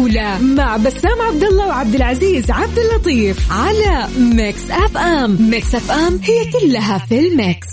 الجولة مع بسام عبد الله وعبد العزيز عبد اللطيف على ميكس اف ام. ميكس اف ام هي كلها في الميكس.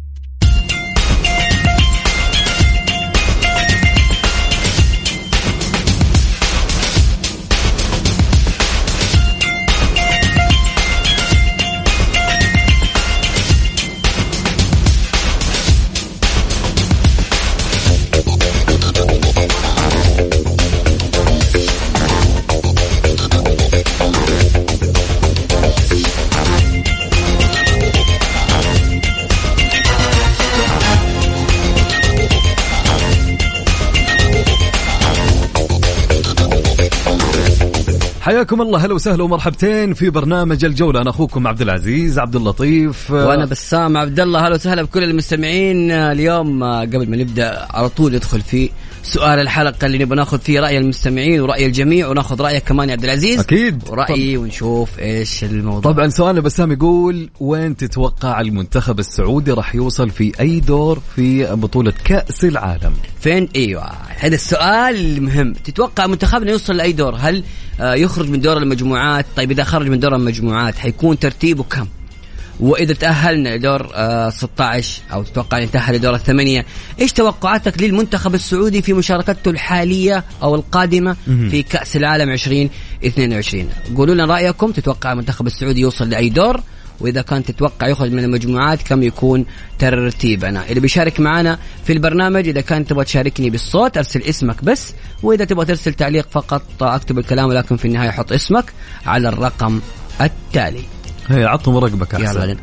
حياكم الله، هلا وسهلا ومرحبتين في برنامج الجولة. أنا أخوكم عبد العزيز عبد اللطيف وأنا بسام عبد الله. هلا وسهلا بكل المستمعين. اليوم قبل ما نبدأ على طول ندخل في سؤال الحلقة اللي نبغى ناخذ فيه رأي المستمعين ورأي الجميع، وناخذ رأيك كمان يا عبد العزيز. أكيد ورأيي ونشوف إيش الموضوع. طبعا سؤالنا بسام يقول: وين تتوقع المنتخب السعودي راح يوصل في أي دور في بطولة كأس العالم؟ فين؟ ايوه هذا السؤال المهم. تتوقع منتخبنا يوصل لأي دور؟ هل يخرج من دور المجموعات؟ طيب إذا خرج من دور المجموعات حيكون ترتيبه كم؟ وإذا تأهلنا لدور 16 أو تتوقع أن يتأهل لدور الثمانية، إيش توقعاتك للمنتخب السعودي في مشاركته الحالية أو القادمة في كأس العالم 2022؟ قولوا لنا رأيكم. تتوقع المنتخب السعودي يوصل لأي دور؟ وإذا كان تتوقع يخرج من المجموعات كم يكون ترتيبنا؟ اللي بيشارك معنا في البرنامج، إذا كان تبغى تشاركني بالصوت أرسل اسمك بس، وإذا تبغى ترسل تعليق فقط اكتب الكلام ولكن في النهاية حط اسمك على الرقم التالي. هي عطهم رقبك أحسن.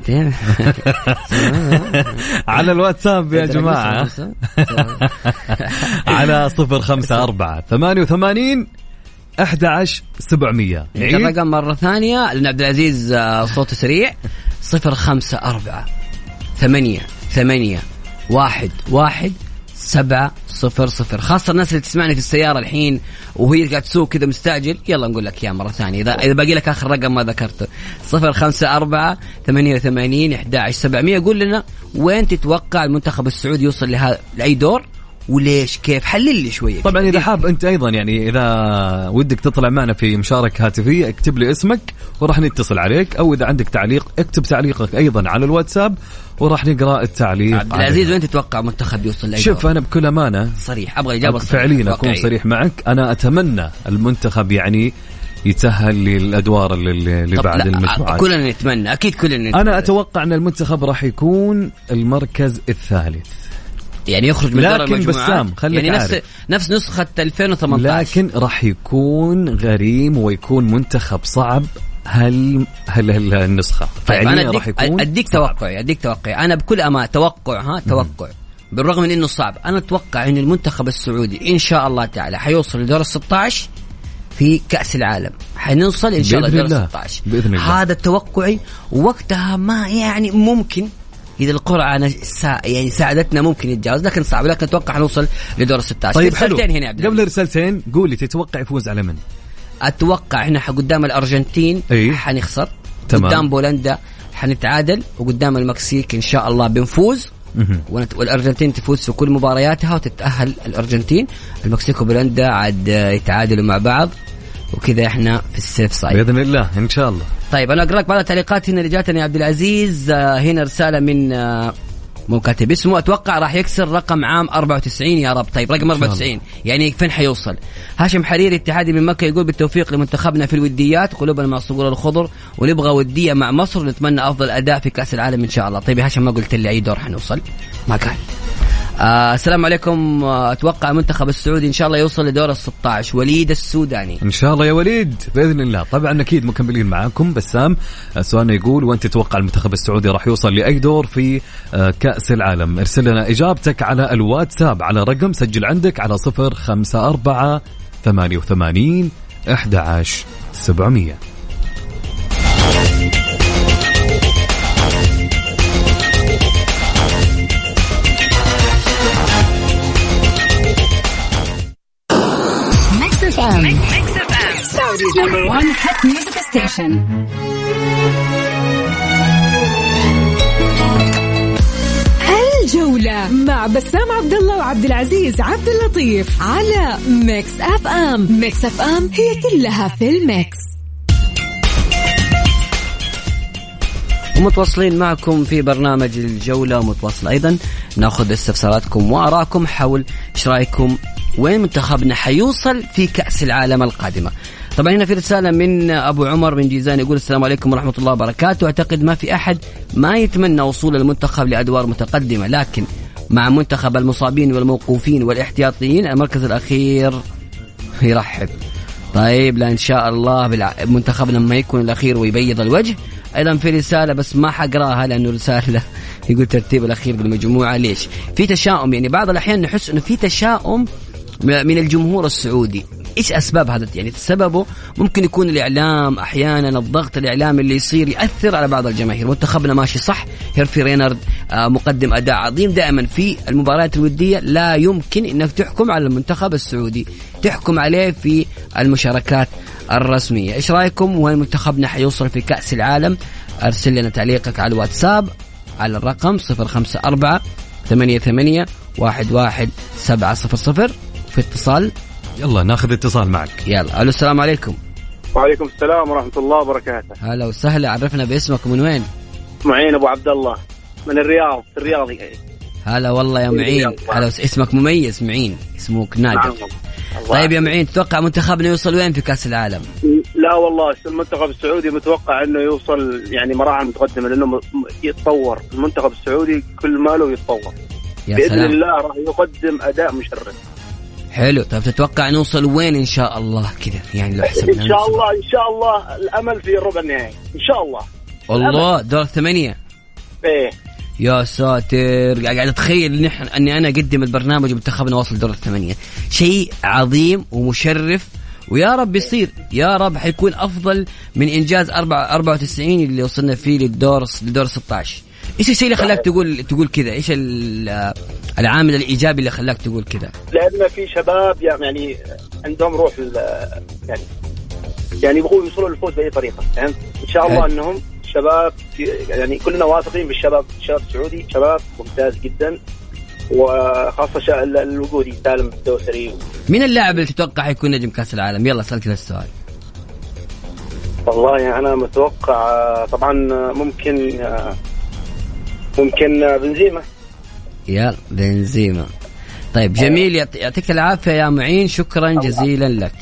على الواتساب يا جماعة على 054-88-11-700. الرقم مرة ثانية لأن عبد العزيز صوته سريع. 054-88-11-700. خاصة الناس اللي تسمعني في السيارة الحين وهي قاعد تسوق كذا مستعجل، يلا نقول لك يا مرة ثانية إذا باقي لك آخر رقم ما ذكرته 054-88-11-700. قول لنا وين تتوقع المنتخب السعودي يوصل لأي دور وليش كيف. حلل لي شوية. طبعا إذا حاب أنت أيضا يعني إذا ودك تطلع معنا في مشاركة هاتفية اكتب لي اسمك وراح نتصل عليك، أو إذا عندك تعليق اكتب تعليقك أيضا على الواتساب وراح نقرأ التعليق. عبد العزيز وين تتوقع منتخب يوصل لأي دور؟ شوف أنا بكل أمانة صريح أبغى إجابة فعليا أكون صريح معك. أنا أتمنى المنتخب يعني يتأهل للأدوار اللي بعد المجموعات. كلنا نتمنى، أكيد كلنا نتمنى. أنا أتوقع أن المنتخب راح يكون المركز الثالث، يعني يخرج من دور المجموعات. يعني نفس نسخة 2018، لكن راح يكون غريم ويكون منتخب صعب. هل النسخة طيب أنا أديك توقعي أنا بكل أمانة توقع بالرغم من إنه صعب. أنا أتوقع إن المنتخب السعودي إن شاء الله تعالى حيوصل لدور 16 في كأس العالم. حنوصل إن شاء الله لدور 16 بإذن الله. هذا توقعي. وقتها ما يعني ممكن إذا القرعة يعني ساعدتنا ممكن يتجاوز، لكن صعب. لكن أتوقع حنوصل لدور 16. طيب حلو. هنا قبل رسالتين قولي تتوقع يفوز على من؟ أتوقع إحنا قدام الأرجنتين حنخسر، قدام بولندا حنتعادل، وقدام المكسيك إن شاء الله بنفوز والأرجنتين تفوز في كل مبارياتها وتتأهل الأرجنتين. المكسيك وبولندا عاد يتعادلوا مع بعض، وكذا إحنا في السيف صايد بإذن الله إن شاء الله. طيب أنا أقرأ لك بعض التعليقات هنا اللي جاتني يا عبد العزيز. هنا رسالة من مو كاتب اسمه: أتوقع راح يكسر رقم عام 94 يا رب. طيب رقم 94 يعني فين حيوصل؟ هاشم حريري اتحادي من مكة يقول: بالتوفيق لمنتخبنا في الوديات، قلوبنا مع الصقور الخضر، ونبغى ودية مع مصر، ونتمنى أفضل أداء في كأس العالم إن شاء الله. طيب هاشم ما قلت لي أي دور حنوصل؟ ما قال. السلام عليكم. أتوقع المنتخب السعودي إن شاء الله يوصل لدور 16. وليد السوداني: إن شاء الله يا وليد بإذن الله. طبعا أكيد مكملين معاكم. بسام سؤالنا يقول: وين تتوقع المنتخب السعودي راح يوصل لأي دور في كأس العالم؟ ارسل لنا إجابتك على الواتساب على رقم سجل عندك على 054-88-11-700. Mix FM, Saudi's #1 hit music station. الجولة الجولة مع بسام عبد الله وعبد العزيز عبد اللطيف على ميكس اف ام. ميكس اف ام هي كلها في الميكس. ومتواصلين معكم في برنامج الجولة، ومتواصل أيضا نأخذ استفساراتكم وآراءكم حول إيش رأيكم وين منتخبنا حيوصل في كأس العالم القادمة. طبعا هنا في رسالة من أبو عمر من جيزان يقول السلام عليكم ورحمة الله وبركاته. أعتقد ما في أحد ما يتمنى وصول المنتخب لأدوار متقدمة، لكن مع منتخب المصابين والموقوفين والاحتياطيين المركز الأخير يرحب. طيب لا إن شاء الله منتخبنا ما يكون الأخير ويبيض الوجه. أيضا في رسالة بس ما حقراها لأنه رسالة يقول ترتيب الأخير بالمجموعة. ليش في تشاؤم؟ يعني بعض الأحيان نحس أنه في تشاؤم من الجمهور السعودي. إيش أسباب هذا؟ يعني سببه ممكن يكون الإعلام، أحيانا الضغط الإعلامي اللي يصير يأثر على بعض الجماهير. منتخبنا ماشي صح، هيرفي رينارد مقدم أداء عظيم دائما في المباريات الودية. لا يمكن أنك تحكم على المنتخب السعودي، تحكم عليه في المشاركات الرسمية. إيش رأيكم وين منتخبنا حيوصل في كأس العالم؟ أرسل لنا تعليقك على الواتساب على الرقم 0548811700 في اتصال. يلا ناخذ اتصال معك. يلا الو السلام عليكم. وعليكم السلام ورحمة الله وبركاته. هلا وسهلا، عرفنا باسمك من وين؟ معين أبو عبد الله من الرياض. الرياضي. هلا والله يا معين. هلا اسمك مميز معين، اسمك نادر. طيب يا معين تتوقع منتخبنا يوصل وين في كأس العالم؟ لا والله المنتخب السعودي متوقع انه يوصل يعني مراحل متقدمة، لانه يتطور المنتخب السعودي كل ما له يتطور بإذن سلام. الله راح يقدم أداء مشرف. حلو. طيب تتوقع نوصل وين إن شاء الله كذا؟ يعني لو حسبنا إن شاء الله إن شاء الله الأمل في الربع النهائي إن شاء الله. والله دور 8. إيه يا ساتر، قاعد أتخيل أني أنا أقدم البرنامج ومنتخبنا واصل دور 8. شيء عظيم ومشرف، ويا رب يصير، يا رب حيكون أفضل من إنجاز 94 اللي وصلنا فيه للدور 16. إيش الشيء اللي خلاك تقول كذا؟ إيش العامل الإيجابي اللي خلاك تقول كذا؟ لأن في شباب يعني عندهم روح يعني يبغوا يوصلوا للفوز بأي طريقة. يعني إن شاء الله أنهم شباب يعني كلنا واثقين بالشباب. الشباب السعودي شباب ممتاز جدا، وخاصة الوجودي سالم الدوسري. مين اللاعب اللي تتوقع يكون نجم كأس العالم؟ يلا سألك هذا السؤال. والله أنا متوقع طبعا ممكن بنزيما. يا بنزيما. طيب جميل، يعطيك العافية يا معين، شكرا جزيلا لك.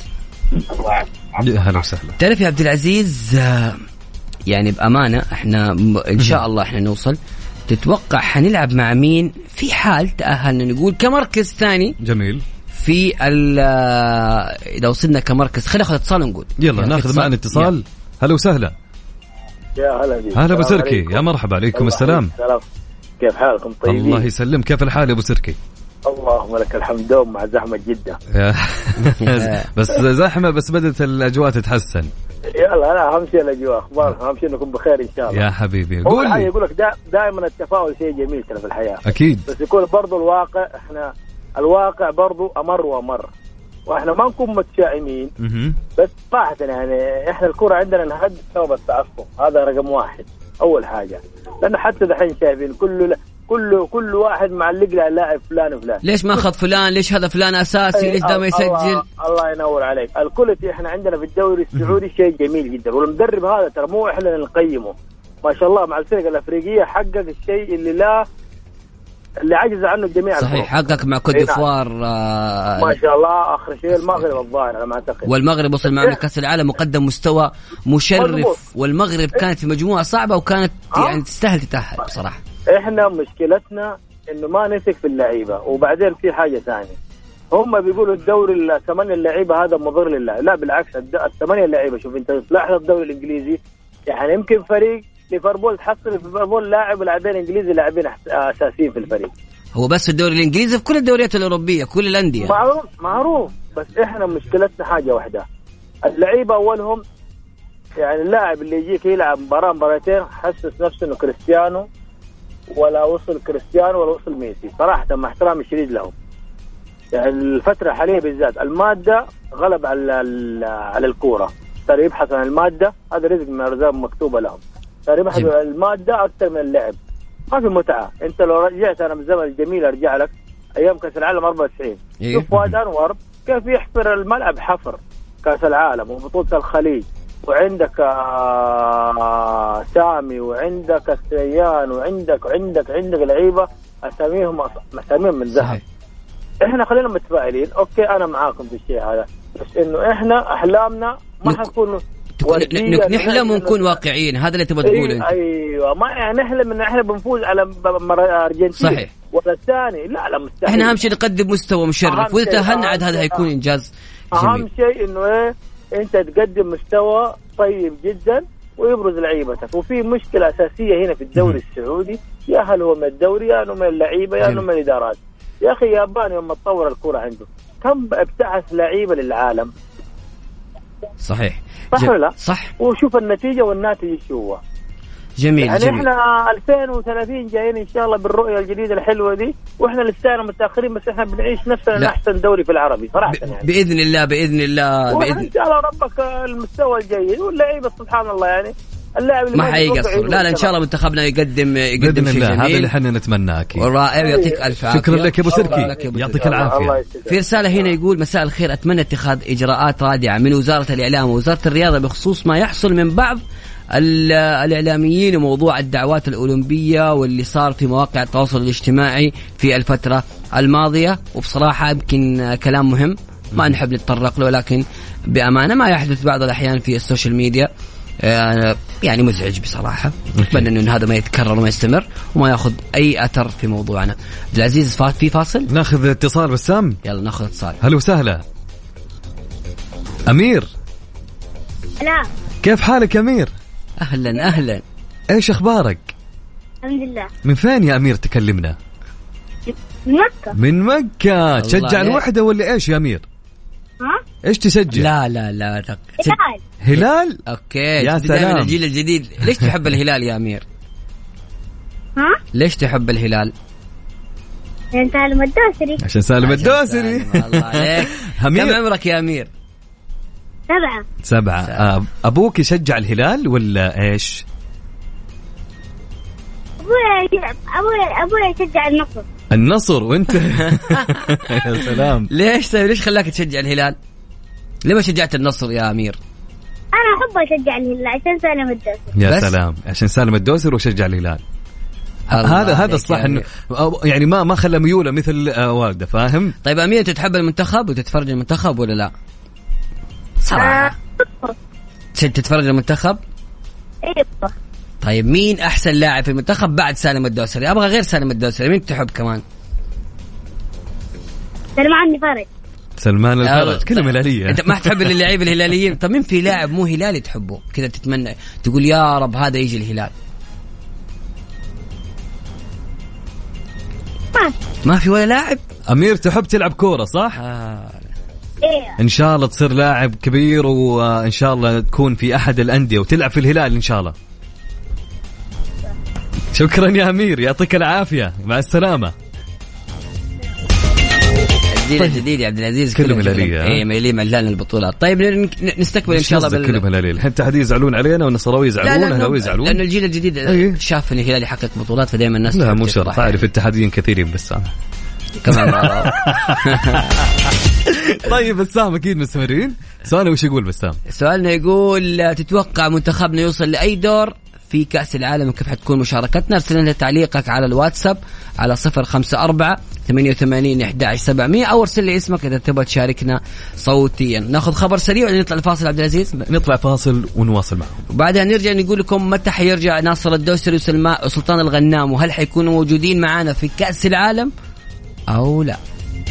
هلا وسهلا. تعرف يا عبد العزيز، يعني بأمانة احنا ان شاء الله احنا نوصل. تتوقع حنلعب مع مين في حال تأهلنا نقول كمركز ثاني؟ جميل. في اذا وصلنا كمركز، خلينا ناخذ اتصال ونقول. يلا ناخذ معنا اتصال. هلا وسهلا. يا هلا بك. هلا ابو سركي. يا مرحبا. عليكم السلام. كيف حالكم؟ طيبين؟ الله يسلم. كيف الحال يا ابو سركي؟ اللهم لك الحمد. دوم مع زحمة جدة. بس زحمة، بس بدت الأجواء تتحسن. يلا أنا أهم شيء الأجواء، أخبار أهم شيء نكون بخير إن شاء الله. يا حبيبي قول لي. يقول لك دائما التفاؤل شيء جميل ترى في الحياة. أكيد. بس يكون برضو الواقع، إحنا الواقع برضو أمر وأمر، وإحنا ما نكون متشائمين. بس صراحة يعني إحنا الكرة عندنا نهد بسبب التعصب، هذا رقم واحد أول حاجة. لأن حتى دحين شايفين كل واحد معلق له لاعب فلان وفلان. ليش ما أخذ فلان؟ ليش هذا فلان أساسي؟ ليش ده ما يسجل؟ الله ينور عليك. الكوليتي احنا عندنا في الدوري السعودي شيء جميل جدا، والمدرب هذا ترى مو احنا اللي نقيمه، ما شاء الله مع الفرقة الأفريقية حقق الشيء اللي عجز عنه الجميع. صحيح، حقق مع كوت ديفوار ما شاء الله. آخر شيء المغرب الظاهر على ما أعتقد، والمغرب وصل معنا كأس العالم وقدم مستوى مشرف. والمغرب كانت في مجموعة صعبة وكانت يعني تستاهل تتأهل بصراحة. احنا مشكلتنا انه ما نثق في اللعيبة. وبعدين في حاجة ثانية، هم بيقولوا الدوري 8 اللعيبة هذا مضر لله. لا بالعكس، 8 اللعيبة. شوف انت لاحظ الدوري الانجليزي، يعني يمكن فريق ليفربول تحصل في ليفربول لاعب ولاعبين انجليزي لاعبين اساسيين في الفريق. هو بس الدوري الانجليزي، في كل الدوريات الاوروبيه كل الانديه معروف. بس احنا مشكلتنا حاجه واحده، اللعيبه اولهم يعني اللاعب اللي يجيك يلعب مباراتين حسس نفسه انه كريستيانو، ولا وصل كريستيانو ولا وصل ميسي. صراحه مع احترامي الشديد لهم، يعني الفتره الحاليه بالذات الماده غلب على الكوره. ترى يبحث عن الماده، هذا رزق من الارزاق مكتوبه لهم. ترى يبحث عن الماده اكثر من اللعب. ما في متعة. أنت لو رجعت أنا بالزمن الجميل أرجع لك أيام كأس العالم 94. شوف فؤاد أنور كيف يحفر الملعب حفر كأس العالم وبطولة الخليج، وعندك سامي وعندك السيان وعندك لعيبة أساميهم من ذهب. إحنا خلينا متفائلين. أوكي أنا معاكم في الشيء هذا، بس إنه إحنا أحلامنا ما حنكون نحلم ونكون واقعيين. هذا اللي تبغى تقوله انت. ايوه ما يعني نحلم ان احنا بنفوز على ارجنتين صحيح ولا الثاني، لا مستحيل. احنا اهم شيء نقدم مستوى مشرف، واذا تاهلنا عاد هذا هيكون انجاز جميل. اهم شيء انه ايه انت تقدم مستوى طيب جدا ويبرز لعيبتك. وفي مشكله اساسيه هنا في الدوري السعودي، يا هل هو من الدوري يا انه من اللعيبه يا انه من الادارات. يا اخي ياباني لما تطور الكره عنده كم ابتعث لعيبه للعالم. صحيح صح ولا صح. وشوف النتيجة والناتج شو هو. جميل يعني جميل. احنا 2030 جايين ان شاء الله بالرؤية الجديدة الحلوة دي، واحنا لسه متأخرين، بس احنا بنعيش نفسنا احسن دوري في العربي صراحة يعني. بإذن الله ان شاء الله ربك المستوى الجيد واللعيبة سبحان الله يعني اللاعب اللي ما حيقصر. لا ان شاء الله منتخبنا يقدم شيء جميل. هذا اللي احنا نتمناه اكيد. والرائع يعطيك الف عافيه. شكرا لك يا ابو سركي، يعطيك العافيه. في رساله هنا يقول مساء الخير، اتمنى اتخاذ اجراءات رادعه من وزاره الاعلام ووزاره الرياضه بخصوص ما يحصل من بعض الاعلاميين وموضوع الدعوات الاولمبيه واللي صار في مواقع التواصل الاجتماعي في الفتره الماضيه. وبصراحه يمكن كلام مهم ما نحب نتطرق له، لكن بامانه ما يحدث بعض الاحيان في السوشيال ميديا يعني مزعج بصراحة. أتمنى أنه هذا ما يتكرر وما يستمر وما يأخذ أي أثر في موضوعنا. عبد العزيز في فاصل، ناخذ اتصال بسام. يلا ناخذ اتصال. هلا وسهلا أمير. لا كيف حالك أمير؟ أهلا. إيش أخبارك؟ الحمد لله. من فين يا أمير تكلمنا؟ من مكة. تشجع الوحدة ولا إيش يا أمير؟ ايش تشجع؟ لا هلال. اوكي يا سلام. الجيل الجديد. ليش تحب الهلال يا امير؟ ليش تحب الهلال؟ سالم الدوسري. عشان سالم الدوسري. الله عليك. كم عمرك يا امير؟ 7. ابوك يشجع الهلال ولا ايش؟ ابوي يشجع النصر وانت يا سلام. ليش خلاك تشجع الهلال؟ ليه ما شجعت النصر يا امير؟ انا احب اشجع الهلال عشان سالم الدوسري. يا سلام، عشان سالم الدوسري وشجع الهلال. هذا الصح انه يعني ما خلى ميوله مثل والده، فاهم؟ طيب امير انت تحب المنتخب وتتفرج المنتخب ولا لا؟ صراحه تتفرج المنتخب؟ ايوه. طيب مين احسن لاعب في المنتخب بعد سالم الدوسري؟ ابغى غير سالم الدوسري، مين تحب كمان؟ سلمان الفرج. كلهم هلاليه. انت ما تحب اللعيبه الهلاليين؟ طب مين في لاعب مو هلالي تحبه كذا تتمنى تقول يا رب هذا يجي الهلال؟ ما في ولا لاعب. امير تحب تلعب كوره صح؟ إيه. ان شاء الله تصير لاعب كبير وان شاء الله تكون في احد الانديه وتلعب في الهلال ان شاء الله. شكرا يا أمير، يعطيك العافية، مع السلامة. الجيل الجديد يا عبد العزيز كلهم هلالية. اي مليء ملان البطولات. طيب نستقبل ان شاء الله كلهم هلالية. حتى حد يزعلون علينا والنصراوي يزعلون والهلاوي يزعلون، لأن الجيل الجديد شاف ان الهلال يحقق بطولات فدائما الناس لا مو شرط. تعرف اتحاديين كثيرين بس كمان. طيب بسام اكيد مستمرين. سؤالنا وش يقول بسام؟ سؤالنا يقول تتوقع منتخبنا يوصل لأي دور في كأس العالم وكيف حتكون مشاركتنا؟ ارسل لنا تعليقك على الواتساب على 054-88-11-700 أو ارسل لي اسمك إذا تبغى تشاركنا صوتيا. ناخذ خبر سريع ونطلع الفاصل. عبد العزيز نطلع فاصل ونواصل معهم وبعدها نرجع نقول لكم متى حيرجع ناصر الدوسري وسلطان الغنام، وهل حيكونوا موجودين معنا في كأس العالم أو لا.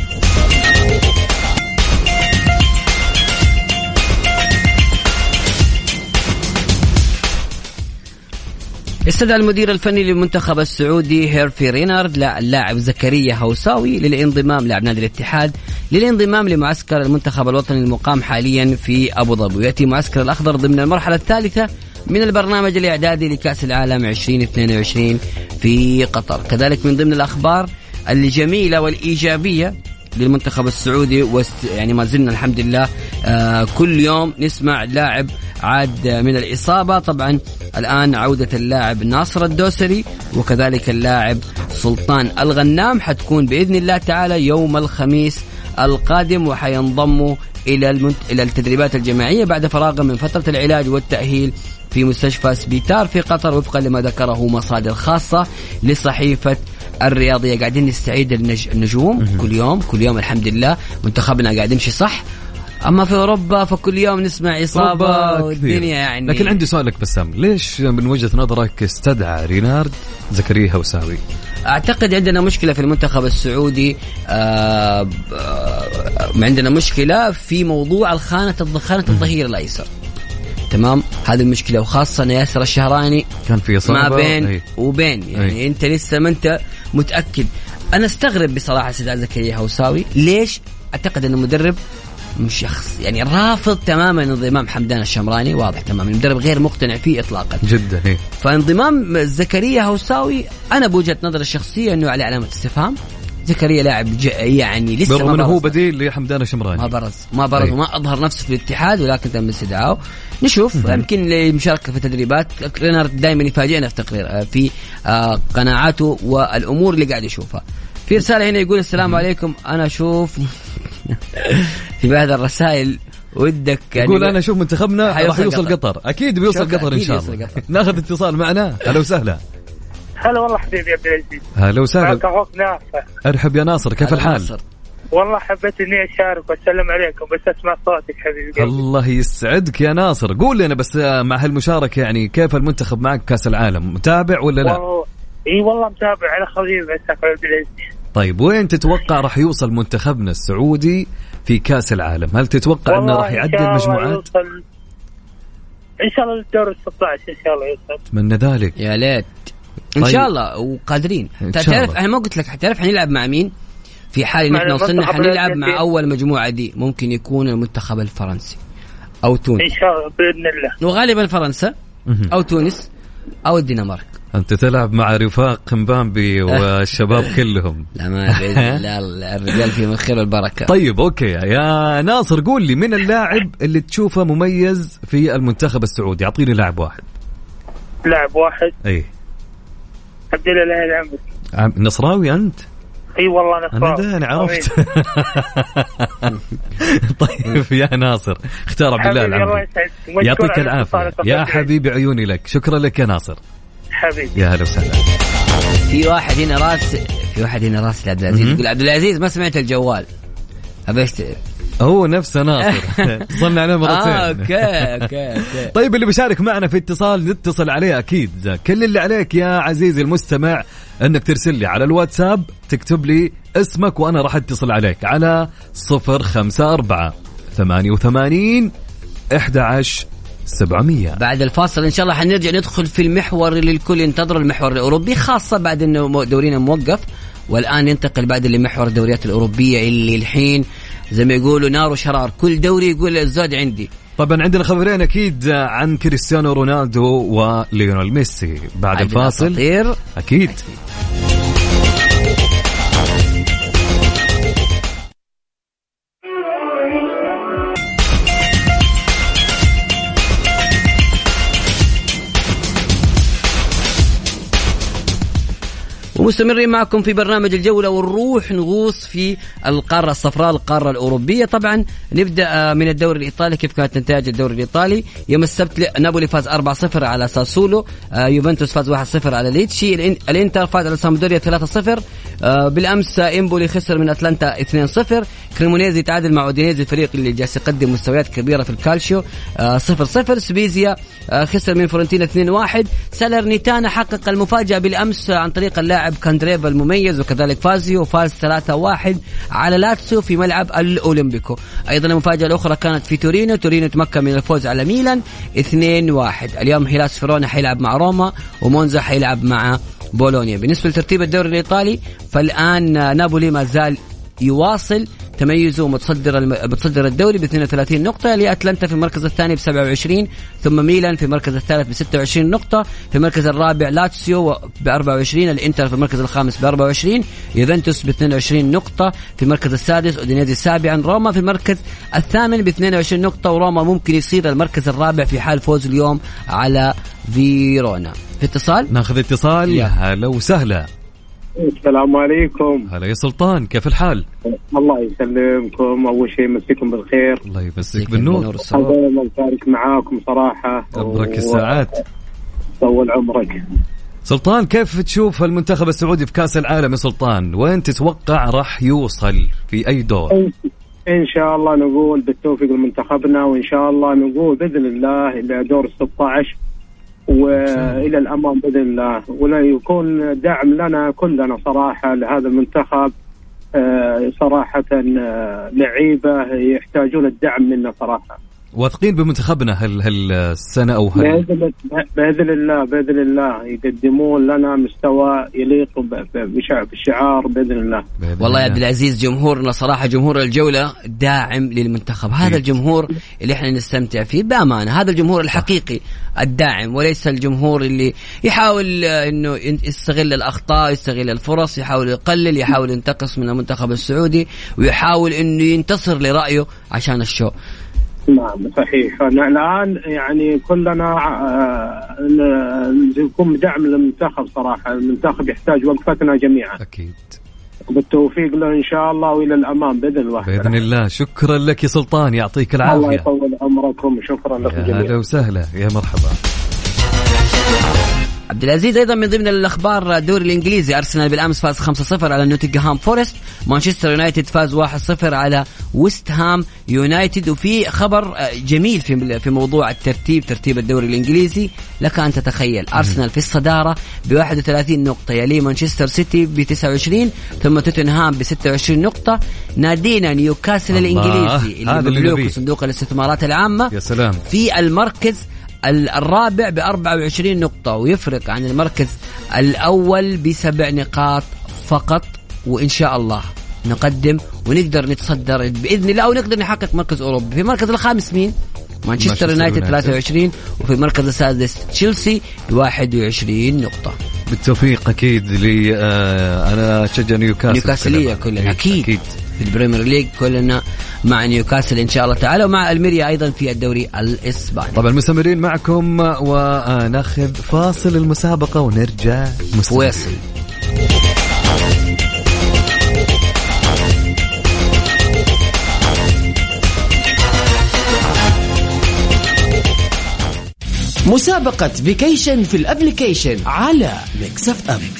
استدعى المدير الفني للمنتخب السعودي هيرفي رينارد اللاعب زكريا هوساوي للانضمام لاعب نادي الاتحاد للانضمام لمعسكر المنتخب الوطني المقام حاليا في أبو ظبي. ويأتي معسكر الأخضر ضمن المرحلة الثالثة من البرنامج الإعدادي لكأس العالم 2022 في قطر. كذلك من ضمن الأخبار الجميلة والإيجابية للمنتخب السعودي يعني ما زلنا الحمد لله كل يوم نسمع لاعب عاد من الإصابة. طبعا الآن عودة اللاعب ناصر الدوسري وكذلك اللاعب سلطان الغنام حتكون بإذن الله تعالى يوم الخميس القادم، وحينضموا إلى التدريبات الجماعية بعد فراغ من فترة العلاج والتأهيل في مستشفى سبيتار في قطر، وفقا لما ذكره مصادر خاصة لصحيفة الرياضية. قاعدين نستعيد النجوم كل يوم الحمد لله، منتخبنا قاعد يمشي صح. أما في أوروبا فكل يوم نسمع إصابة والدنيا يعني. لكن عندي سؤال لك بسام، ليش من وجهة نظرك استدعى رينارد زكريا هوساوي؟ أعتقد عندنا مشكلة في المنتخب السعودي، عندنا مشكلة في موضوع خانة الظهير الأيسر. تمام، هذه المشكلة، وخاصة ياسر الشهراني كان في إصابة ما بين وبين يعني أنت لسه ما أنت متأكد. أنا استغرب بصراحة استدعاء زكريا هوساوي. ليش؟ أعتقد أنه مدرب مش شخص يعني رافض تماما انضمام حمدان الشمراني، واضح تماما المدرب غير مقتنع فيه اطلاقا جدا. فانضمام زكريا هوساوي انا بوجهة نظر الشخصية انه عليه علامة استفهام. زكريا لاعب يعني لسه برغم انه هو بديل لحمدان الشمراني، ما برز وما اظهر نفسه في الاتحاد، ولكن تم استدعائه. نشوف يمكن للمشاركة في التدريبات. رينارد دائما يفاجئنا في تقرير في قناعاته والامور اللي قاعد يشوفها. في رسالة هنا يقول السلام عليكم، أنا أشوف في بعض الرسائل ودك يعني يقول أنا أشوف منتخبنا راح يوصل قطر. أكيد بيوصل قطر إن شاء الله. ناخذ اتصال معنا. هلا وسهلا. هلا والله حبيبي عبد العزيز. هلا وسهلا. أرحب يا ناصر، كيف الحال؟ ناصر. والله حبيت إني أشارك وأسلم عليكم بس أسمع صوتك حبيبي. الله يسعدك يا ناصر. قول لنا بس مع هالمشاركة يعني كيف المنتخب معك كأس العالم، متابع ولا لا؟ إيه والله متابع على خفيف بس عبد العزيز. طيب وين تتوقع راح يوصل منتخبنا السعودي في كأس العالم؟ هل تتوقع انه راح يعدي المجموعات؟ ان شاء الله للدور 16 ان شاء الله يوصل. اتمنى ذلك يا ليت ان شاء الله وقادرين. تعرف انا ما قلت لك تعرف حنلعب مع مين؟ في حال نحن وصلنا حنلعب مع اول مجموعة دي، ممكن يكون المنتخب الفرنسي او تونس ان شاء الله باذن الله، وغالبا فرنسا او تونس او الدنمارك. أنت تلعب مع رفاق مبامبي والشباب كلهم. لا ما بإذن الله الرجال فيهم الخير والبركة. طيب أوكي يا ناصر، قول لي من اللاعب اللي تشوفه مميز في المنتخب السعودي، أعطيني لاعب واحد. لاعب واحد؟ أي عبد الله العمري. نصراوي أنت؟ اي والله نصراوي. أنا عرفت. طيب يا ناصر اختار عبد الله العمري. يعطيك العافية يا حبيبي، عيوني لك. شكرا لك يا ناصر حبيبي. يا هلا وسهلا. في واحد هنا راس لعبد العزيز يقول عبد العزيز ما سمعت الجوال أبشت. هو نفسه ناصر. صلنا عليه مرتين. أوكي. طيب اللي بيشارك معنا في اتصال نتصل عليه أكيد. كل اللي عليك يا عزيزي المستمع أنك ترسل لي على الواتساب، تكتب لي اسمك وأنا راح اتصل عليك على 054-88-11-700. بعد الفاصل إن شاء الله حنرجع ندخل في المحور اللي الكل ينتظر، المحور الأوروبي، خاصة بعد أنه دورينا موقف، والآن ينتقل بعد لمحور الدوريات الأوروبية اللي الحين زي ما يقولوا نار وشرار، كل دوري يقول الزود عندي. طبعا عندنا خبرين أكيد عن كريستيانو رونالدو وليونيل ميسي بعد الفاصل أكيد. ومستمرين معكم في برنامج الجولة، ونروح نغوص في القارة الصفراء، القارة الأوروبية. طبعا نبدأ من الدوري الإيطالي. كيف كانت نتائج الدوري الإيطالي؟ يوم السبت نابولي فاز 4-0 على ساسولو، يوفنتوس فاز 1-0 على ليتشي، الإنتر فاز على سامدوريا 3-0، بالأمس إمبولي خسر من أتلانتا 2-0، كريمونيزي تعادل مع أودينيزي الفريق اللي جالس يقدم مستويات كبيرة في الكالشيو 0-0، سبيزيا خسر من فورنتينا 2-1، سالرنيتانا حقق المفاجأة بالأمس عن طريق اللاعب كاندريفا المميز، وكذلك فازيو فاز 3-1 على لاتسيو في ملعب الأولمبيكو. أيضا المفاجأة الأخرى كانت في تورينو تمكن من الفوز على ميلان 2-1. اليوم هيلاس فيرونا حيلعب مع روما، ومونزا حيلعب مع بولونيا. بالنسبة لترتيب الدوري الإيطالي فالآن نابولي ما زال يواصل تميزه متصدر الدوري ب 32 نقطة، لأتلانتا في المركز الثاني ب 27، ثم ميلان في المركز الثالث ب 26 نقطة، في المركز الرابع لاتسيو ب 24، الإنتر في المركز الخامس ب 24، يوفنتوس ب 22 نقطة في المركز السادس، أودينيزي سابعا، روما في المركز الثامن ب 22 نقطة، وروما ممكن يصير المركز الرابع في حال فوز اليوم على فيرونا. في اتصال، ناخذ اتصال. هلا وسهلا. السلام عليكم. هلا يا سلطان، كيف الحال؟ الله يسلمكم، أول شيء مسيكم بالخير. الله يمسيك بالنور. أنا مشارك معاكم صراحة. عمرك الساعات. طول عمرك. سلطان، كيف تشوف المنتخب السعودي في كأس العالم يا سلطان؟ وين تتوقع راح يوصل في أي دور؟ إن شاء الله نقول بالتوفيق لمنتخبنا، وإن شاء الله نقول بإذن الله إلى دور 16 وإلى الأمام بإذن الله، ولا يكون دعم لنا كلنا صراحة لهذا المنتخب. صراحة لعيبة يحتاجون الدعم منا صراحة. واثقين بمنتخبنا هالسنة أو بإذن الله يقدمون لنا مستوى يليق بالشعار بإذن الله. والله يا عبد العزيز، جمهورنا صراحة جمهور الجولة داعم للمنتخب، هذا الجمهور اللي احنا نستمتع فيه بأمانة، هذا الجمهور الحقيقي الداعم، وليس الجمهور اللي يحاول انه يستغل الأخطاء، يستغل الفرص، يحاول يقلل، يحاول ينتقص من المنتخب السعودي، ويحاول انه ينتصر لرأيه عشان الشو. نعم صحيح. الآن يعني كلنا نكون دعم للمنتخب صراحة، المنتخب يحتاج وقفتنا جميعا. أكيد. بالتوفيق له إن شاء الله وإلى الأمام بإذن الله. بإذن الله. شكرا لك يا سلطان، يعطيك العافية. الله يطول عمركم، شكرا لكم جميعا. أهلا وسهلا، يا مرحبا. عبد العزيز، أيضا من ضمن الأخبار الدوري الإنجليزي، أرسنال بالأمس فاز 5-0 على نوتنغهام فورست، مانشستر يونايتد فاز 1-0 على ويست هام يونايتد. وفي خبر جميل في موضوع ترتيب الدوري الإنجليزي، لك أن تتخيل أرسنال في الصدارة ب31 نقطة، يلي مانشستر سيتي ب29، ثم توتنهام ب26 نقطة، نادينا نيوكاسل الإنجليزي اللي مملوك صندوق الاستثمارات العامة يا سلام في المركز الرابع ب24 نقطة، ويفرق عن المركز الأول ب7 نقاط فقط. وإن شاء الله نقدم ونقدر نتصدر بإذن الله، ونقدر نحقق مركز أوروبا. في المركز الخامس مين؟ مانشستر يونايتد 23، وفي المركز السادس تشيلسي 21 نقطة. بالتوفيق أكيد لي. أنا أشجع نيوكاسلية كلنا أكيد في البريمير ليج، كلنا مع نيوكاسل إن شاء الله تعالى، ومع الميريا أيضا في الدوري الإسباني. طبعا مستمرين معكم، وناخذ فاصل المسابقة ونرجع فواصل. مسابقة فيكيشن في الابليكيشن على ميكس اف ام.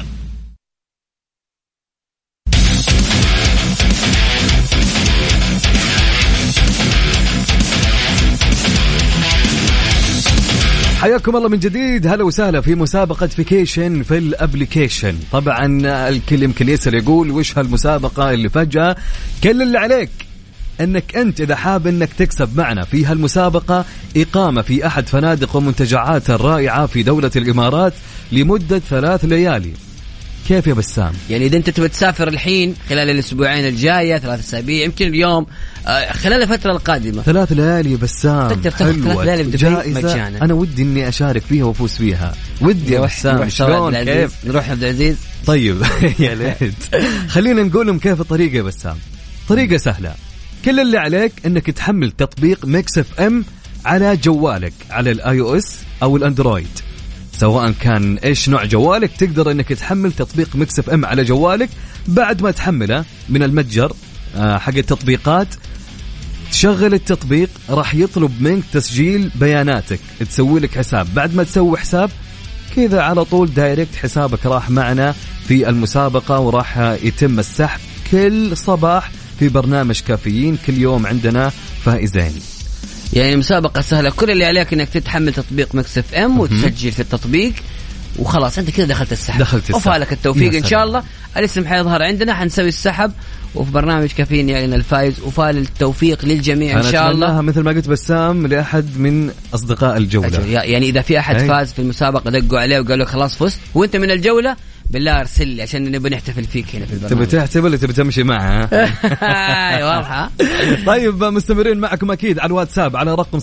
حياكم الله من جديد، هلا وسهلا في مسابقة فيكيشن في الابليكيشن. طبعا الكل يمكن يسأل يقول وش هالمسابقة اللي فجأة؟ كل اللي عليك انك انت اذا حاب انك تكسب معنا في هالمسابقة اقامة في احد فنادق ومنتجعات الرائعة في دولة الامارات لمدة 3 ليالي. كيف يا بسام؟ يعني اذا انت تبغى تسافر الحين خلال الاسبوعين الجاية، 3 أسابيع، يمكن اليوم، خلال الفترة القادمة، 3 ليالي يا بسام، تقدر تاخذ 3 ليالي بدبي مجانا. انا ودي اني اشارك فيها وافوز فيها، ودي يا بسام. شلون كيف نروح عبد العزيز؟ طيب يا ليت. خلينا نقول لهم كيف الطريقة يا بسام. طريقة سهلة، كل اللي عليك انك تحمل تطبيق ميكس اف ام على جوالك، على الاي او اس او الاندرويد، سواء كان ايش نوع جوالك تقدر انك تحمل تطبيق ميكس اف ام على جوالك. بعد ما تحمله من المتجر حق التطبيقات، تشغل التطبيق، راح يطلب منك تسجيل بياناتك، تسوي لك حساب. بعد ما تسوي حساب كذا على طول دايركت حسابك راح معنا في المسابقة، وراح يتم السحب كل صباح في برنامج كافيين. كل يوم عندنا فائزين. يعني مسابقة سهلة، كل اللي عليك انك تتحمل تطبيق ميكس اف ام وتسجل في التطبيق، وخلاص انت كده دخلت السحب. وفالك التوفيق ان شاء الله. الاسم حيظهر عندنا، حنسوي السحب، وفي برنامج كافيين يعني الفائز، وفال التوفيق للجميع ان شاء الله. مثل ما قلت بسام لأحد من أصدقاء الجولة. يعني إذا في أحد فاز في المسابقة دقوا عليه وقالوا خلاص فزت وانت من الجولة، بالله ارسل لي عشان نبي نحتفل فيك هنا في البرنامج. تبي تحتفل ولا تبي تمشي معها؟ واضحة. طيب مستمرين معكم أكيد على الواتساب على رقم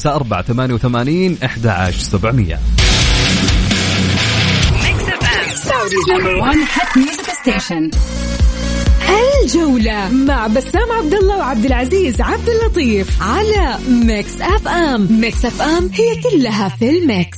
0548811700. الجولة مع بسام عبد الله وعبد العزيز عبد اللطيف على ميكس اف ام. ميكس اف ام هي كلها في الميكس.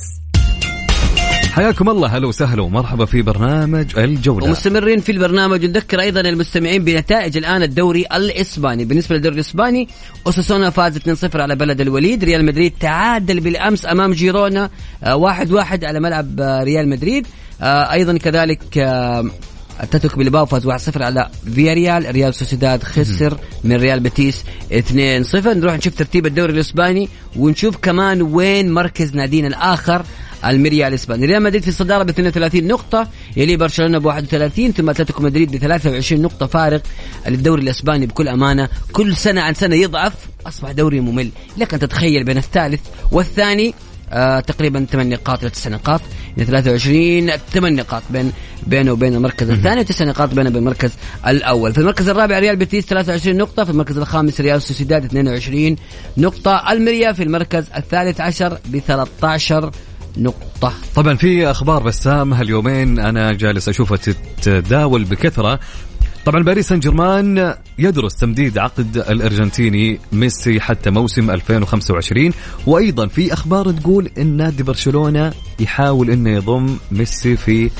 حياكم الله، هلا وسهلا ومرحبا في برنامج الجولة. ومستمرين في البرنامج. نذكر أيضا المستمعين بنتائج الآن الدوري الإسباني. بالنسبة للدوري الإسباني، أوساسونا فاز 2-0 على بلد الوليد. ريال مدريد تعادل بالأمس أمام جيرونا 1-1 على ملعب ريال مدريد. أيضا كذلك أتلتيكو بلباو فاز 1-0 على فياريال. ريال سوسيداد خسر من ريال بيتيس 2-0. نروح نشوف ترتيب الدوري الإسباني ونشوف كمان وين مركز نادينا الآخر الميريا الإسباني. ريال مدريد في الصدارة ب 32 نقطة، يلي برشلونة ب 31، ثم أتلتيكو مدريد ب 23 نقطة فارق. الدوري الإسباني بكل أمانة كل سنة عن سنة يضعف، أصبح دوري ممل. لكن تتخيل بين الثالث والثاني تقريبا 8 نقاط إلى 9 نقاط، يعني 23 8 نقاط بينه وبين المركز الثاني، و9 نقاط بينه وبين المركز الأول. في المركز الرابع ريال بيتيس 23 نقطة، في المركز الخامس ريال سوسيداد 22 نقطة. الميريا في المركز الثالث عشر ب 13 نقطة. طبعا في أخبار بسام هاليومين أنا جالس أشوفها تتداول بكثرة. طبعا باريس سان جيرمان يدرس تمديد عقد الأرجنتيني ميسي حتى موسم 2025، وأيضا في أخبار تقول إن نادي برشلونة يحاول إنه يضم ميسي في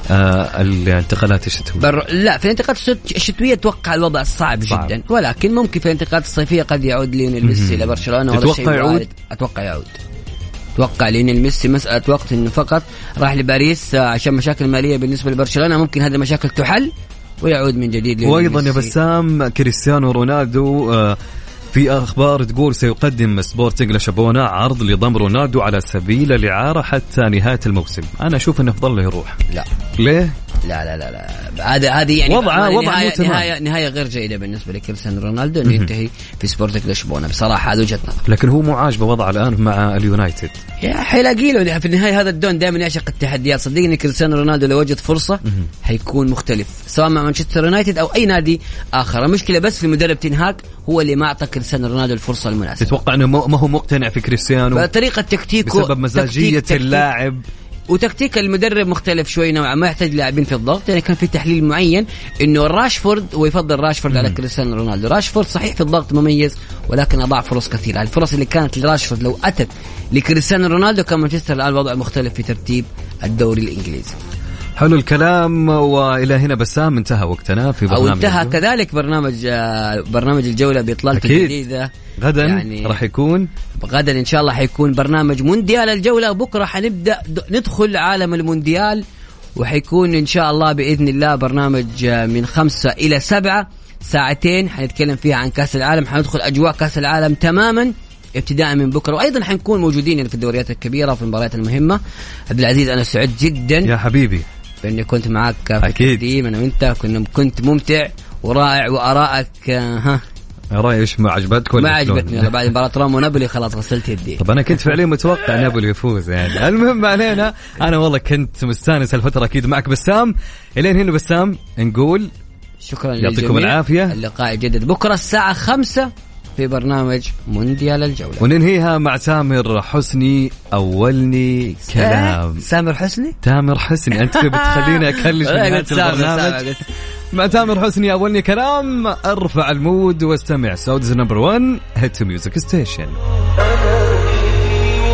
الانتقالات الشتوية. لا، في الانتقالات الشتوية أتوقع الوضع صعب جدا، ولكن ممكن في الانتقالات الصيفية قد يعود ليونيل ميسي لبرشلونة. تتوقع يعود؟ أتوقع يعود. أتوقع ليونيل ميسي مسألة وقت، إنه فقط راح لباريس عشان مشاكل مالية بالنسبة لبرشلونة، ممكن هذه المشاكل تحل ويعود من جديد. وأيضا يا بسام كريستيانو رونالدو في أخبار تقول سيقدم سبورتنج لشبونة عرض لضم رونالدو على سبيل الإعارة حتى نهاية الموسم. أنا أشوف إنه أفضل له يروح. لا. ليه؟ لا هذه يعني وضع نهاية غير جيدة بالنسبة لكريستيانو رونالدو إنه ينتهي في سبورتنج لشبونة. بصراحة هذا وجهة نظر. لكن هو مو عاجبه وضعه الآن مع اليونايتد. حيلاقي له في النهاية. هذا الدون دائما يعشق التحديات. صدقني كريستيانو رونالدو لو وجد فرصة هيكون مختلف سواء مع مانشستر يونايتد أو أي نادي آخر. المشكلة بس في المدرب تنهاك، هو اللي ما أعطى كريستيانو رونالدو الفرصة المناسبة. تتوقع أنه ما هو مقتنع في كريستيانو؟ طريقة تكتيكه بسبب مزاجية اللاعب، وتكتيك المدرب مختلف شوي نوعا ما، يحتاج لاعبين في الضغط. يعني كان في تحليل معين انه راشفورد ويفضل راشفورد على كريستيانو رونالدو. راشفورد صحيح في الضغط مميز، ولكن اضاع فرص كثيره. الفرص اللي كانت لراشفورد لو اتت لكريستيانو رونالدو كان مانشستر الان الوضع مختلف في ترتيب الدوري الانجليزي. حلو الكلام. والى هنا بسام انتهى وقتنا في برنامج، او انتهى كذلك برنامج الجولة بإطلالته الجديدة. غدا يعني راح يكون غدا ان شاء الله حيكون برنامج مونديال الجولة. بكرة حنبدأ ندخل عالم المونديال، وحيكون ان شاء الله بإذن الله برنامج من 5 إلى 7 ساعتين حنتكلم فيها عن كأس العالم. حندخل أجواء كأس العالم تماما ابتداء من بكرة، وأيضا حنكون موجودين في الدوريات الكبيرة وفي المباريات المهمة. عبد العزيز أنا سعيد جدا يا حبيبي بأني كنت معك في التقديم. أنا وأنت كنت ممتع ورائع، وآرائك رأيي إيش ما عجبتك؟ ما عجبتني. بعد مباراة روما ونابولي خلاص غسلت يدي. طب أنا كنت فعليا متوقع نابولي يفوز يعني. المهم علينا، أنا والله كنت مستانس الفترة أكيد معك بسام. إلين هنا بسام نقول شكرا، يعطيكم العافية. اللقاء يجدد بكرة الساعة 5 في برنامج مونديال الجولة، وننهيها مع تامر حسني. أولني كلام تامر حسني أنت بتخليني أكلش من هذا البرنامج مع تامر حسني. أولني كلام. ارفع المود واستمع. سعوديز نمبر 1 هيت ميوزك ستيشن.